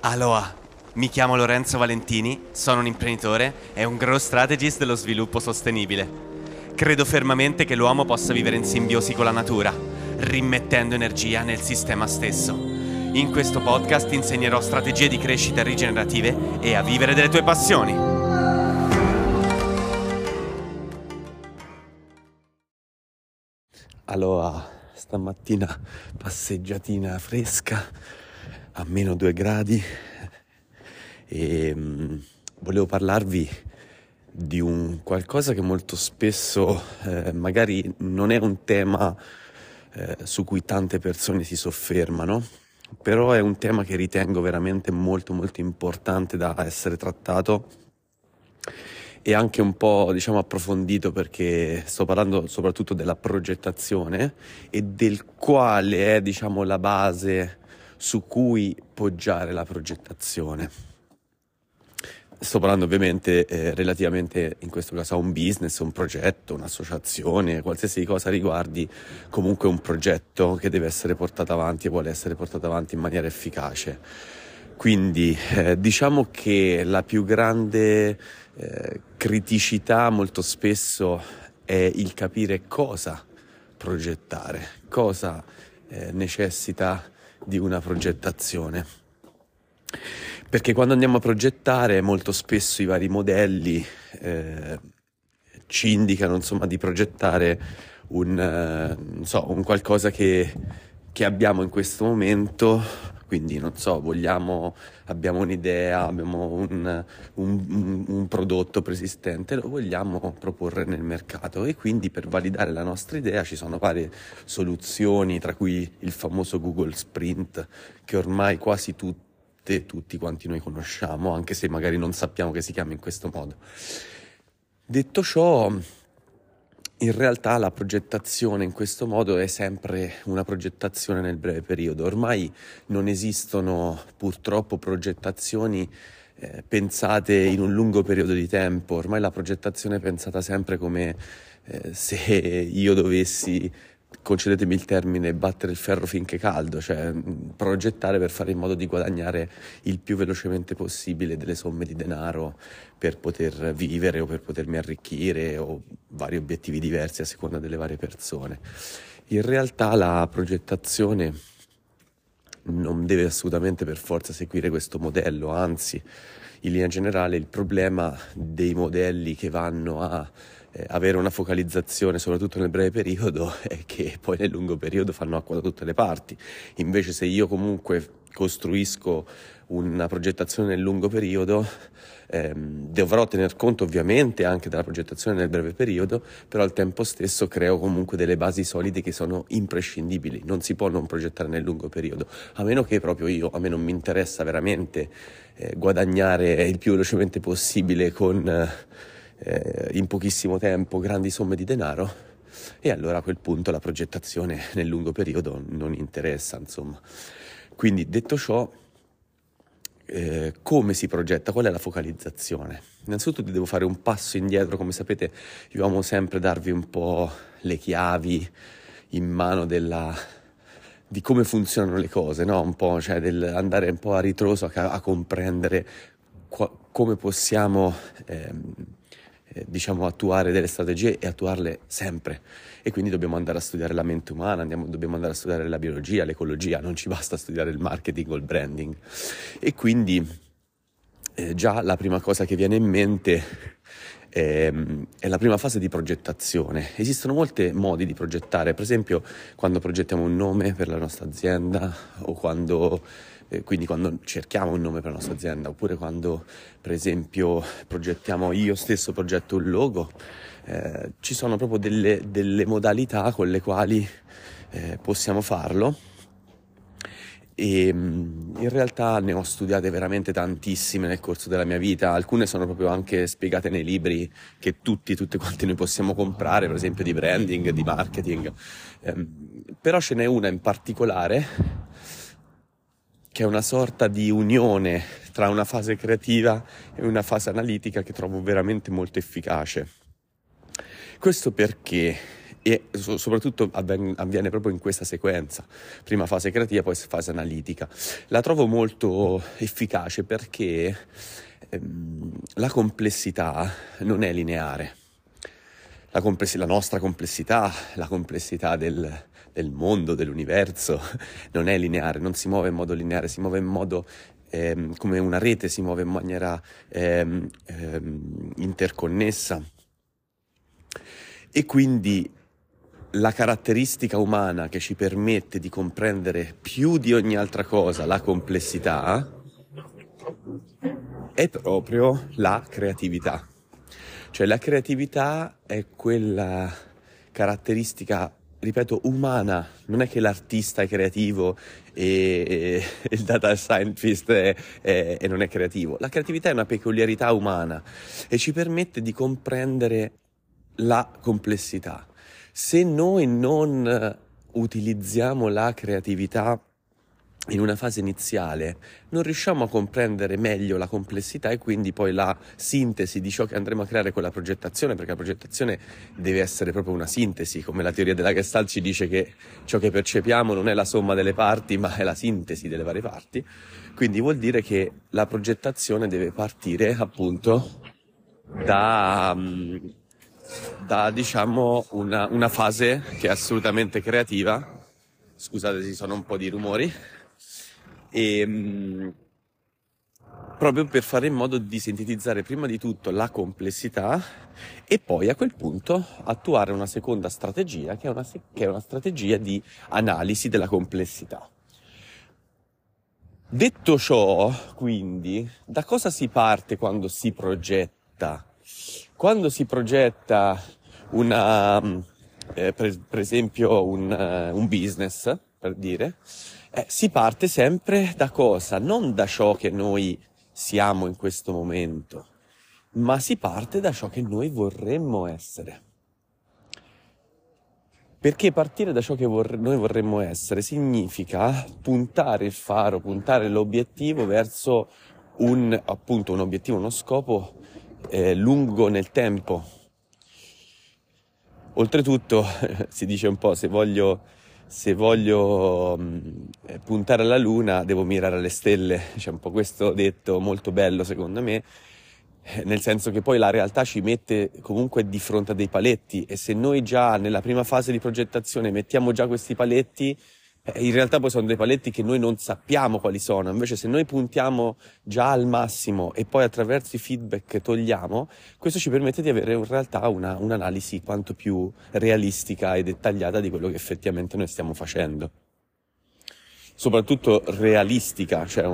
Aloha, mi chiamo Lorenzo Valentini, sono un imprenditore e un growth strategist dello sviluppo sostenibile. Credo fermamente che l'uomo possa vivere in simbiosi con la natura, rimettendo energia nel sistema stesso. In questo podcast ti insegnerò strategie di crescita rigenerative e a vivere delle tue passioni. Allora, stamattina passeggiatina fresca a meno 2 gradi e volevo parlarvi di un qualcosa che molto spesso magari non è un tema su cui tante persone si soffermano, però è un tema che ritengo veramente molto molto importante da essere trattato e anche un po', diciamo, approfondito, perché sto parlando soprattutto della progettazione e del quale è, diciamo, la base su cui poggiare la progettazione. Sto parlando ovviamente relativamente in questo caso a un business, un progetto, un'associazione, qualsiasi cosa riguardi comunque un progetto che deve essere portato avanti e vuole essere portato avanti in maniera efficace. Quindi diciamo che la più grande criticità molto spesso è il capire cosa progettare, cosa necessita di una progettazione. Perché quando andiamo a progettare molto spesso i vari modelli ci indicano, insomma, di progettare un qualcosa che abbiamo in questo momento. Quindi non so, abbiamo un'idea, abbiamo un prodotto preesistente, lo vogliamo proporre nel mercato, e quindi per validare la nostra idea ci sono varie soluzioni, tra cui il famoso Google Sprint, che ormai quasi tutti quanti noi conosciamo, anche se magari non sappiamo che si chiama in questo modo. Detto ciò, in realtà la progettazione in questo modo è sempre una progettazione nel breve periodo. Ormai non esistono purtroppo progettazioni pensate in un lungo periodo di tempo. Ormai la progettazione è pensata sempre come se io dovessi, concedetemi il termine, battere il ferro finché caldo, cioè progettare per fare in modo di guadagnare il più velocemente possibile delle somme di denaro per poter vivere o per potermi arricchire, o vari obiettivi diversi a seconda delle varie persone. In realtà la progettazione non deve assolutamente per forza seguire questo modello, anzi, in linea generale il problema dei modelli che vanno a avere una focalizzazione soprattutto nel breve periodo è che poi nel lungo periodo fanno acqua da tutte le parti. Invece, se io comunque costruisco una progettazione nel lungo periodo, dovrò tener conto ovviamente anche della progettazione nel breve periodo, però al tempo stesso creo comunque delle basi solide che sono imprescindibili. Non si può non progettare nel lungo periodo, a meno che proprio a me non mi interessa veramente guadagnare il più velocemente possibile con in pochissimo tempo grandi somme di denaro, e allora a quel punto la progettazione nel lungo periodo non interessa, insomma. Quindi, detto ciò, come si progetta? Qual è la focalizzazione? Innanzitutto devo fare un passo indietro. Come sapete, io amo sempre darvi un po' le chiavi in mano di come funzionano le cose, no? Un po', cioè andare un po' a ritroso a comprendere come possiamo diciamo attuare delle strategie e attuarle sempre. E quindi dobbiamo andare a studiare la mente umana, dobbiamo andare a studiare la biologia, l'ecologia, non ci basta studiare il marketing o il branding. E quindi già la prima cosa che viene in mente è la prima fase di progettazione. Esistono molti modi di progettare, per esempio quando progettiamo un nome per la nostra azienda, o quando cerchiamo un nome per la nostra azienda, oppure quando per esempio io stesso progetto un logo. Ci sono proprio delle modalità con le quali possiamo farlo, e in realtà ne ho studiate veramente tantissime nel corso della mia vita. Alcune sono proprio anche spiegate nei libri che tutte quanti noi possiamo comprare, per esempio di branding, di marketing, però ce n'è una in particolare che è una sorta di unione tra una fase creativa e una fase analitica che trovo veramente molto efficace. Questo perché e soprattutto avviene proprio in questa sequenza, prima fase creativa, poi fase analitica. La trovo molto efficace perché la complessità non è lineare. La nostra complessità, la complessità del mondo, dell'universo, non è lineare, non si muove in modo lineare, si muove in modo come una rete, si muove in maniera interconnessa. E quindi la caratteristica umana che ci permette di comprendere più di ogni altra cosa la complessità è proprio la creatività. Cioè la creatività è quella caratteristica, ripeto, umana. Non è che l'artista è creativo e il data scientist e non è creativo. La creatività è una peculiarità umana e ci permette di comprendere la complessità. Se noi non utilizziamo la creatività in una fase iniziale, non riusciamo a comprendere meglio la complessità e quindi poi la sintesi di ciò che andremo a creare con la progettazione, perché la progettazione deve essere proprio una sintesi, come la teoria della Gestalt ci dice che ciò che percepiamo non è la somma delle parti, ma è la sintesi delle varie parti. Quindi vuol dire che la progettazione deve partire appunto da diciamo una fase che è assolutamente creativa. Scusate, ci sono un po' di rumori. E proprio per fare in modo di sintetizzare prima di tutto la complessità e poi a quel punto attuare una seconda strategia che è una strategia di analisi della complessità. Detto ciò, quindi, da cosa si parte quando si progetta? Quando si progetta per esempio un business, per dire, si parte sempre da cosa? Non da ciò che noi siamo in questo momento, ma si parte da ciò che noi vorremmo essere. Perché partire da ciò che noi vorremmo essere significa puntare il faro, puntare l'obiettivo verso un obiettivo, uno scopo lungo nel tempo. Oltretutto si dice un po' se voglio puntare alla luna devo mirare alle stelle, c'è un po' questo detto molto bello secondo me, nel senso che poi la realtà ci mette comunque di fronte a dei paletti e se noi già nella prima fase di progettazione mettiamo già questi paletti, in realtà poi sono dei paletti che noi non sappiamo quali sono. Invece se noi puntiamo già al massimo e poi attraverso i feedback togliamo, questo ci permette di avere in realtà un'analisi quanto più realistica e dettagliata di quello che effettivamente noi stiamo facendo. Soprattutto realistica, cioè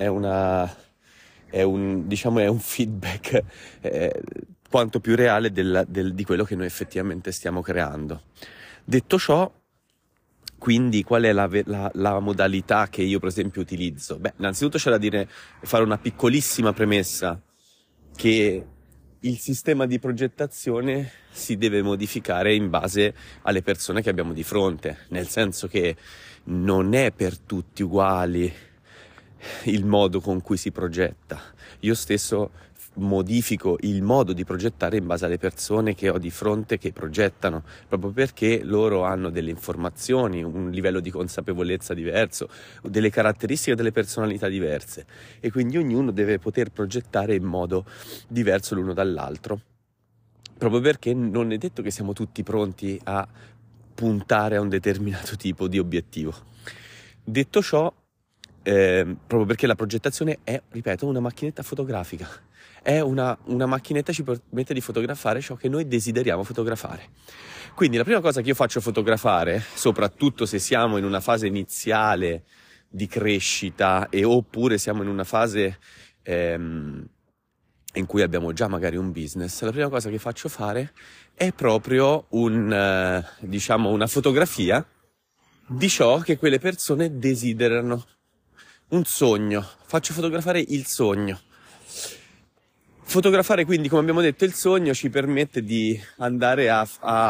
è un feedback quanto più reale di quello che noi effettivamente stiamo creando. Detto ciò, quindi qual è la modalità che io per esempio utilizzo? Beh, innanzitutto c'è da fare una piccolissima premessa che il sistema di progettazione si deve modificare in base alle persone che abbiamo di fronte, nel senso che non è per tutti uguali il modo con cui si progetta. Io stesso modifico il modo di progettare in base alle persone che ho di fronte che progettano, proprio perché loro hanno delle informazioni, un livello di consapevolezza diverso, delle caratteristiche delle personalità diverse e quindi ognuno deve poter progettare in modo diverso l'uno dall'altro, proprio perché non è detto che siamo tutti pronti a puntare a un determinato tipo di obiettivo. Detto ciò, proprio perché la progettazione è, ripeto, una macchinetta fotografica. È una macchinetta che ci permette di fotografare ciò che noi desideriamo fotografare. Quindi la prima cosa che io faccio fotografare, soprattutto se siamo in una fase iniziale di crescita oppure siamo in una fase in cui abbiamo già magari un business, la prima cosa che faccio fare è proprio una fotografia di ciò che quelle persone desiderano. Un sogno, faccio fotografare il sogno. Fotografare quindi, come abbiamo detto, il sogno ci permette di andare a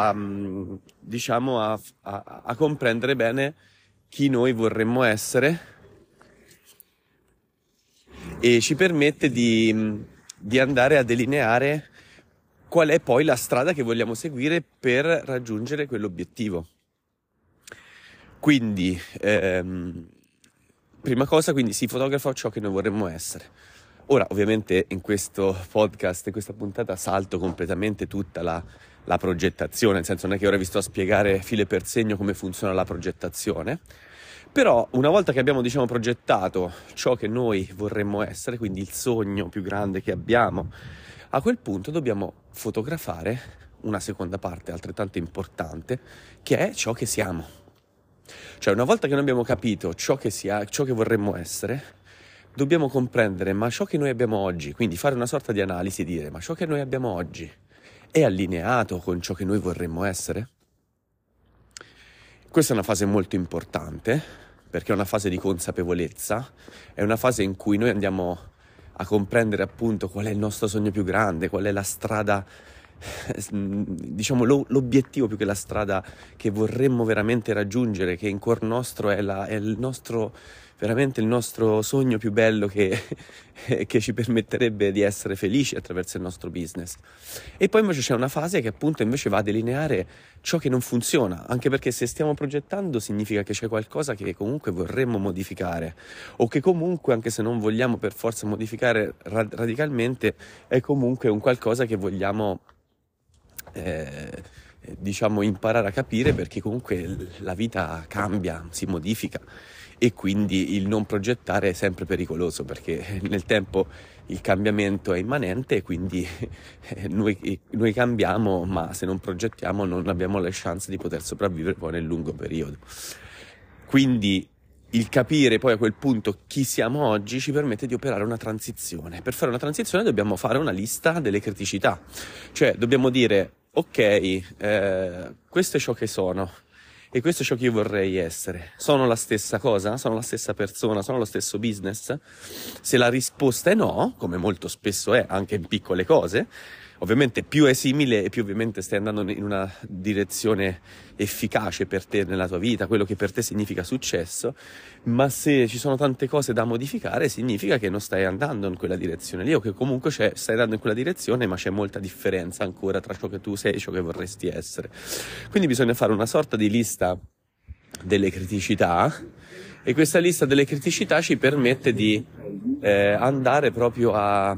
comprendere bene chi noi vorremmo essere e ci permette di andare a delineare qual è poi la strada che vogliamo seguire per raggiungere quell'obiettivo. Quindi, prima cosa, quindi si fotografa ciò che noi vorremmo essere. Ora, ovviamente, in questo podcast, in questa puntata, salto completamente tutta la progettazione, nel senso non è che ora vi sto a spiegare filo per segno come funziona la progettazione, però una volta che abbiamo, diciamo, progettato ciò che noi vorremmo essere, quindi il sogno più grande che abbiamo, a quel punto dobbiamo fotografare una seconda parte altrettanto importante, che è ciò che siamo. Cioè, una volta che noi abbiamo capito ciò che vorremmo essere, dobbiamo comprendere ma ciò che noi abbiamo oggi, quindi fare una sorta di analisi e dire ma ciò che noi abbiamo oggi è allineato con ciò che noi vorremmo essere? Questa è una fase molto importante, perché è una fase di consapevolezza, è una fase in cui noi andiamo a comprendere appunto qual è il nostro sogno più grande, qual è la strada, diciamo l'obiettivo più che la strada che vorremmo veramente raggiungere, che in cuor nostro è il nostro, veramente il nostro sogno più bello che ci permetterebbe di essere felici attraverso il nostro business. E poi invece c'è una fase che appunto invece va a delineare ciò che non funziona, anche perché se stiamo progettando significa che c'è qualcosa che comunque vorremmo modificare, o che comunque, anche se non vogliamo per forza modificare radicalmente, è comunque un qualcosa che vogliamo diciamo imparare a capire, perché comunque la vita cambia, si modifica, e quindi il non progettare è sempre pericoloso, perché nel tempo il cambiamento è immanente e quindi noi cambiamo, ma se non progettiamo non abbiamo le chance di poter sopravvivere poi nel lungo periodo. Quindi il capire poi a quel punto chi siamo oggi ci permette di operare una transizione. Per fare una transizione dobbiamo fare una lista delle criticità, cioè dobbiamo dire ok, questo è ciò che sono e questo è ciò che io vorrei essere. Sono la stessa cosa? Sono la stessa persona? Sono lo stesso business? Se la risposta è no, come molto spesso è anche in piccole cose, ovviamente più è simile e più ovviamente stai andando in una direzione efficace per te nella tua vita, quello che per te significa successo, ma se ci sono tante cose da modificare significa che non stai andando in quella direzione lì, o che comunque stai andando in quella direzione ma c'è molta differenza ancora tra ciò che tu sei e ciò che vorresti essere. Quindi bisogna fare una sorta di lista delle criticità, e questa lista delle criticità ci permette di andare proprio a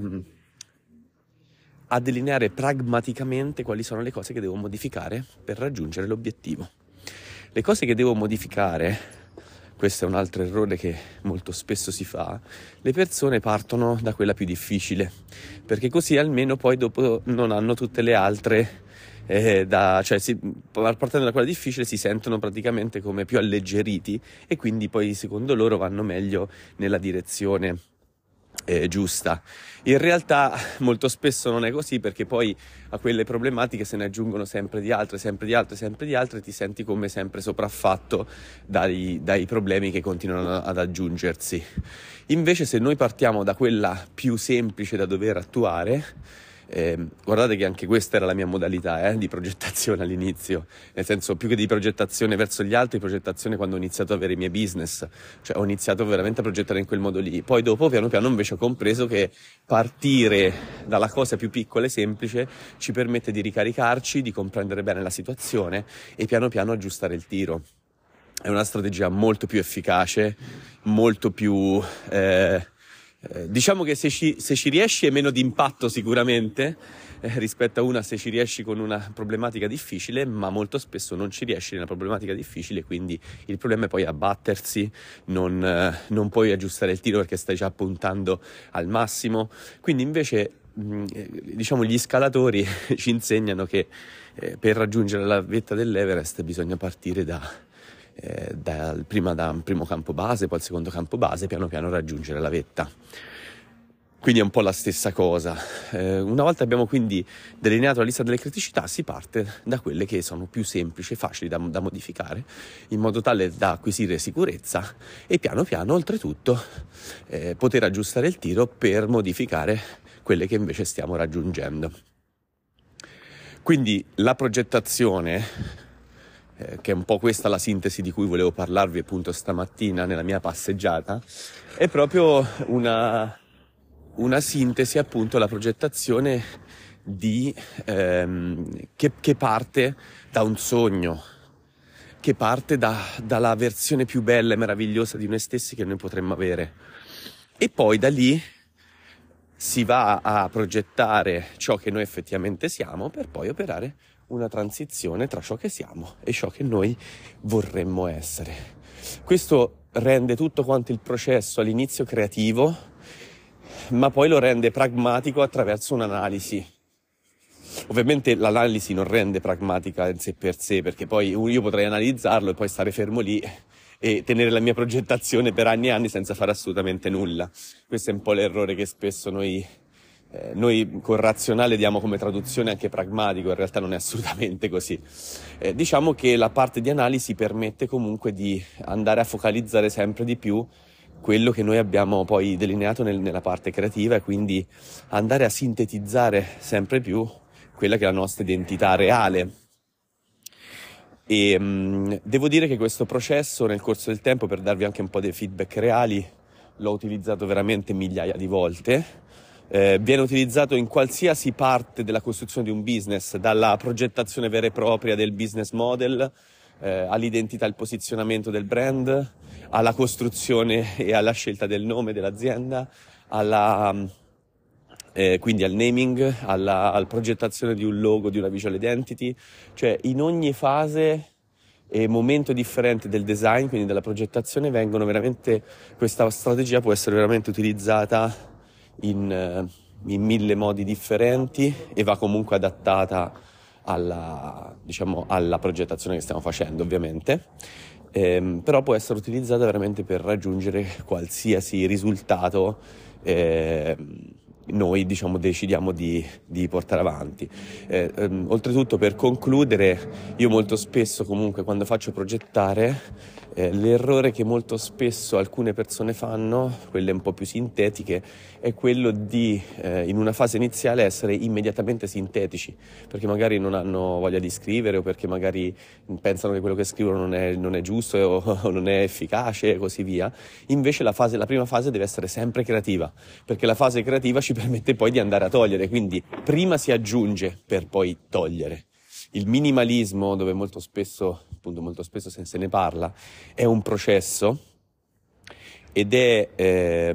delineare pragmaticamente quali sono le cose che devo modificare per raggiungere l'obiettivo. Le cose che devo modificare, questo è un altro errore che molto spesso si fa, le persone partono da quella più difficile, perché così almeno poi dopo non hanno tutte le altre partendo da quella difficile si sentono praticamente come più alleggeriti, e quindi poi secondo loro vanno meglio nella direzione giusta. In realtà molto spesso non è così, perché poi a quelle problematiche se ne aggiungono sempre di altre, e ti senti come sempre sopraffatto dai problemi che continuano ad aggiungersi. Invece se noi partiamo da quella più semplice da dover attuare, guardate che anche questa era la mia modalità di progettazione all'inizio, nel senso, più che di progettazione verso gli altri, progettazione quando ho iniziato ad avere i miei business, cioè ho iniziato veramente a progettare in quel modo lì. Poi dopo piano piano invece ho compreso che partire dalla cosa più piccola e semplice ci permette di ricaricarci, di comprendere bene la situazione e piano piano aggiustare il tiro. È una strategia molto più efficace, molto più diciamo che se ci riesci è meno di impatto sicuramente rispetto a una se ci riesci con una problematica difficile, ma molto spesso non ci riesci nella problematica difficile, quindi il problema è poi abbattersi, non puoi aggiustare il tiro perché stai già puntando al massimo. Quindi invece diciamo gli scalatori ci insegnano che per raggiungere la vetta dell'Everest bisogna partire da un primo campo base, poi il secondo campo base, piano piano raggiungere la vetta. Quindi è un po' la stessa cosa. Una volta abbiamo quindi delineato la lista delle criticità, si parte da quelle che sono più semplici e facili da modificare, in modo tale da acquisire sicurezza e piano piano oltretutto poter aggiustare il tiro per modificare quelle che invece stiamo raggiungendo. Quindi la progettazione, che è un po' questa la sintesi di cui volevo parlarvi appunto stamattina nella mia passeggiata, è proprio una sintesi, appunto, la progettazione che parte da un sogno, che parte dalla versione più bella e meravigliosa di noi stessi che noi potremmo avere. E poi da lì si va a progettare ciò che noi effettivamente siamo, per poi operare una transizione tra ciò che siamo e ciò che noi vorremmo essere. Questo rende tutto quanto il processo all'inizio creativo, ma poi lo rende pragmatico attraverso un'analisi. Ovviamente l'analisi non rende pragmatica in sé per sé, perché poi io potrei analizzarlo e poi stare fermo lì e tenere la mia progettazione per anni e anni senza fare assolutamente nulla. Questo è un po' l'errore che spesso noi con razionale diamo come traduzione anche pragmatico, in realtà non è assolutamente così. Diciamo che la parte di analisi permette comunque di andare a focalizzare sempre di più quello che noi abbiamo poi delineato nella parte creativa e quindi andare a sintetizzare sempre più quella che è la nostra identità reale. E devo dire che questo processo nel corso del tempo, per darvi anche un po' dei feedback reali, l'ho utilizzato veramente migliaia di volte. Viene utilizzato in qualsiasi parte della costruzione di un business, dalla progettazione vera e propria del business model, all'identità e il posizionamento del brand, alla costruzione e alla scelta del nome dell'azienda, quindi al naming, alla progettazione di un logo, di una visual identity, cioè in ogni fase e momento differente del design, quindi della progettazione, questa strategia può essere veramente utilizzata in 1000 modi differenti e va comunque adattata alla progettazione che stiamo facendo, ovviamente. Però può essere utilizzata veramente per raggiungere qualsiasi risultato noi decidiamo di portare avanti. Oltretutto, per concludere, io molto spesso comunque quando faccio progettare l'errore che molto spesso alcune persone fanno, quelle un po' più sintetiche, è quello di in una fase iniziale essere immediatamente sintetici, perché magari non hanno voglia di scrivere o perché magari pensano che quello che scrivono non è giusto o non è efficace e così via. Invece la prima fase deve essere sempre creativa, perché la fase creativa ci permette poi di andare a togliere, quindi prima si aggiunge per poi togliere. Il minimalismo, dove molto spesso se ne parla, è un processo ed è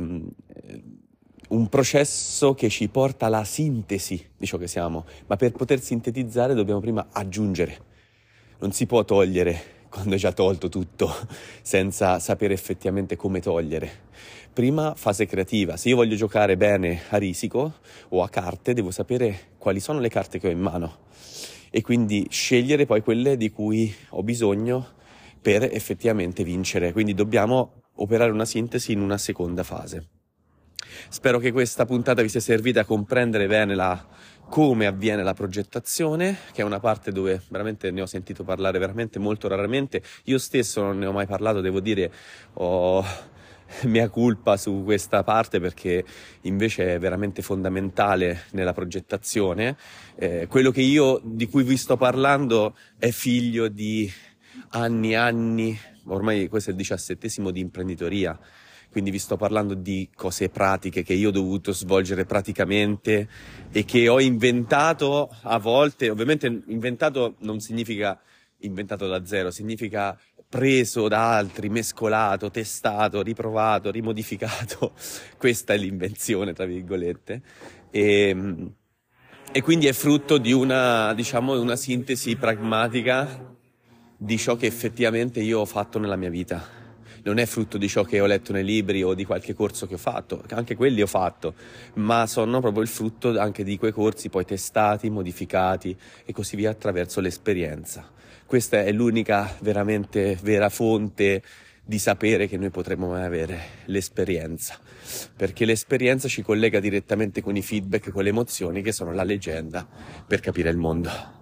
un processo che ci porta alla sintesi di ciò che siamo, ma per poter sintetizzare dobbiamo prima aggiungere. Non si può togliere quando è già tolto tutto senza sapere effettivamente come togliere. Prima fase creativa. Se io voglio giocare bene a risico o a carte, devo sapere quali sono le carte che ho in mano e quindi scegliere poi quelle di cui ho bisogno per effettivamente vincere. Quindi dobbiamo operare una sintesi in una seconda fase. Spero che questa puntata vi sia servita a comprendere bene come avviene la progettazione, che è una parte dove veramente ne ho sentito parlare veramente molto raramente. Io stesso non ne ho mai parlato, devo dire, ho mea culpa su questa parte, perché invece è veramente fondamentale nella progettazione. Quello di cui vi sto parlando è figlio di anni, ormai questo è il 17° di imprenditoria, quindi vi sto parlando di cose pratiche che io ho dovuto svolgere praticamente e che ho inventato a volte. Ovviamente inventato non significa inventato da zero, significa preso da altri, mescolato, testato, riprovato, rimodificato. Questa è l'invenzione, tra virgolette. E quindi è frutto di una sintesi pragmatica di ciò che effettivamente io ho fatto nella mia vita. Non è frutto di ciò che ho letto nei libri o di qualche corso che ho fatto, anche quelli ho fatto, ma sono proprio il frutto anche di quei corsi poi testati, modificati e così via attraverso l'esperienza. Questa è l'unica veramente vera fonte di sapere che noi potremmo mai avere, l'esperienza, perché l'esperienza ci collega direttamente con i feedback, con le emozioni, che sono la leggenda per capire il mondo.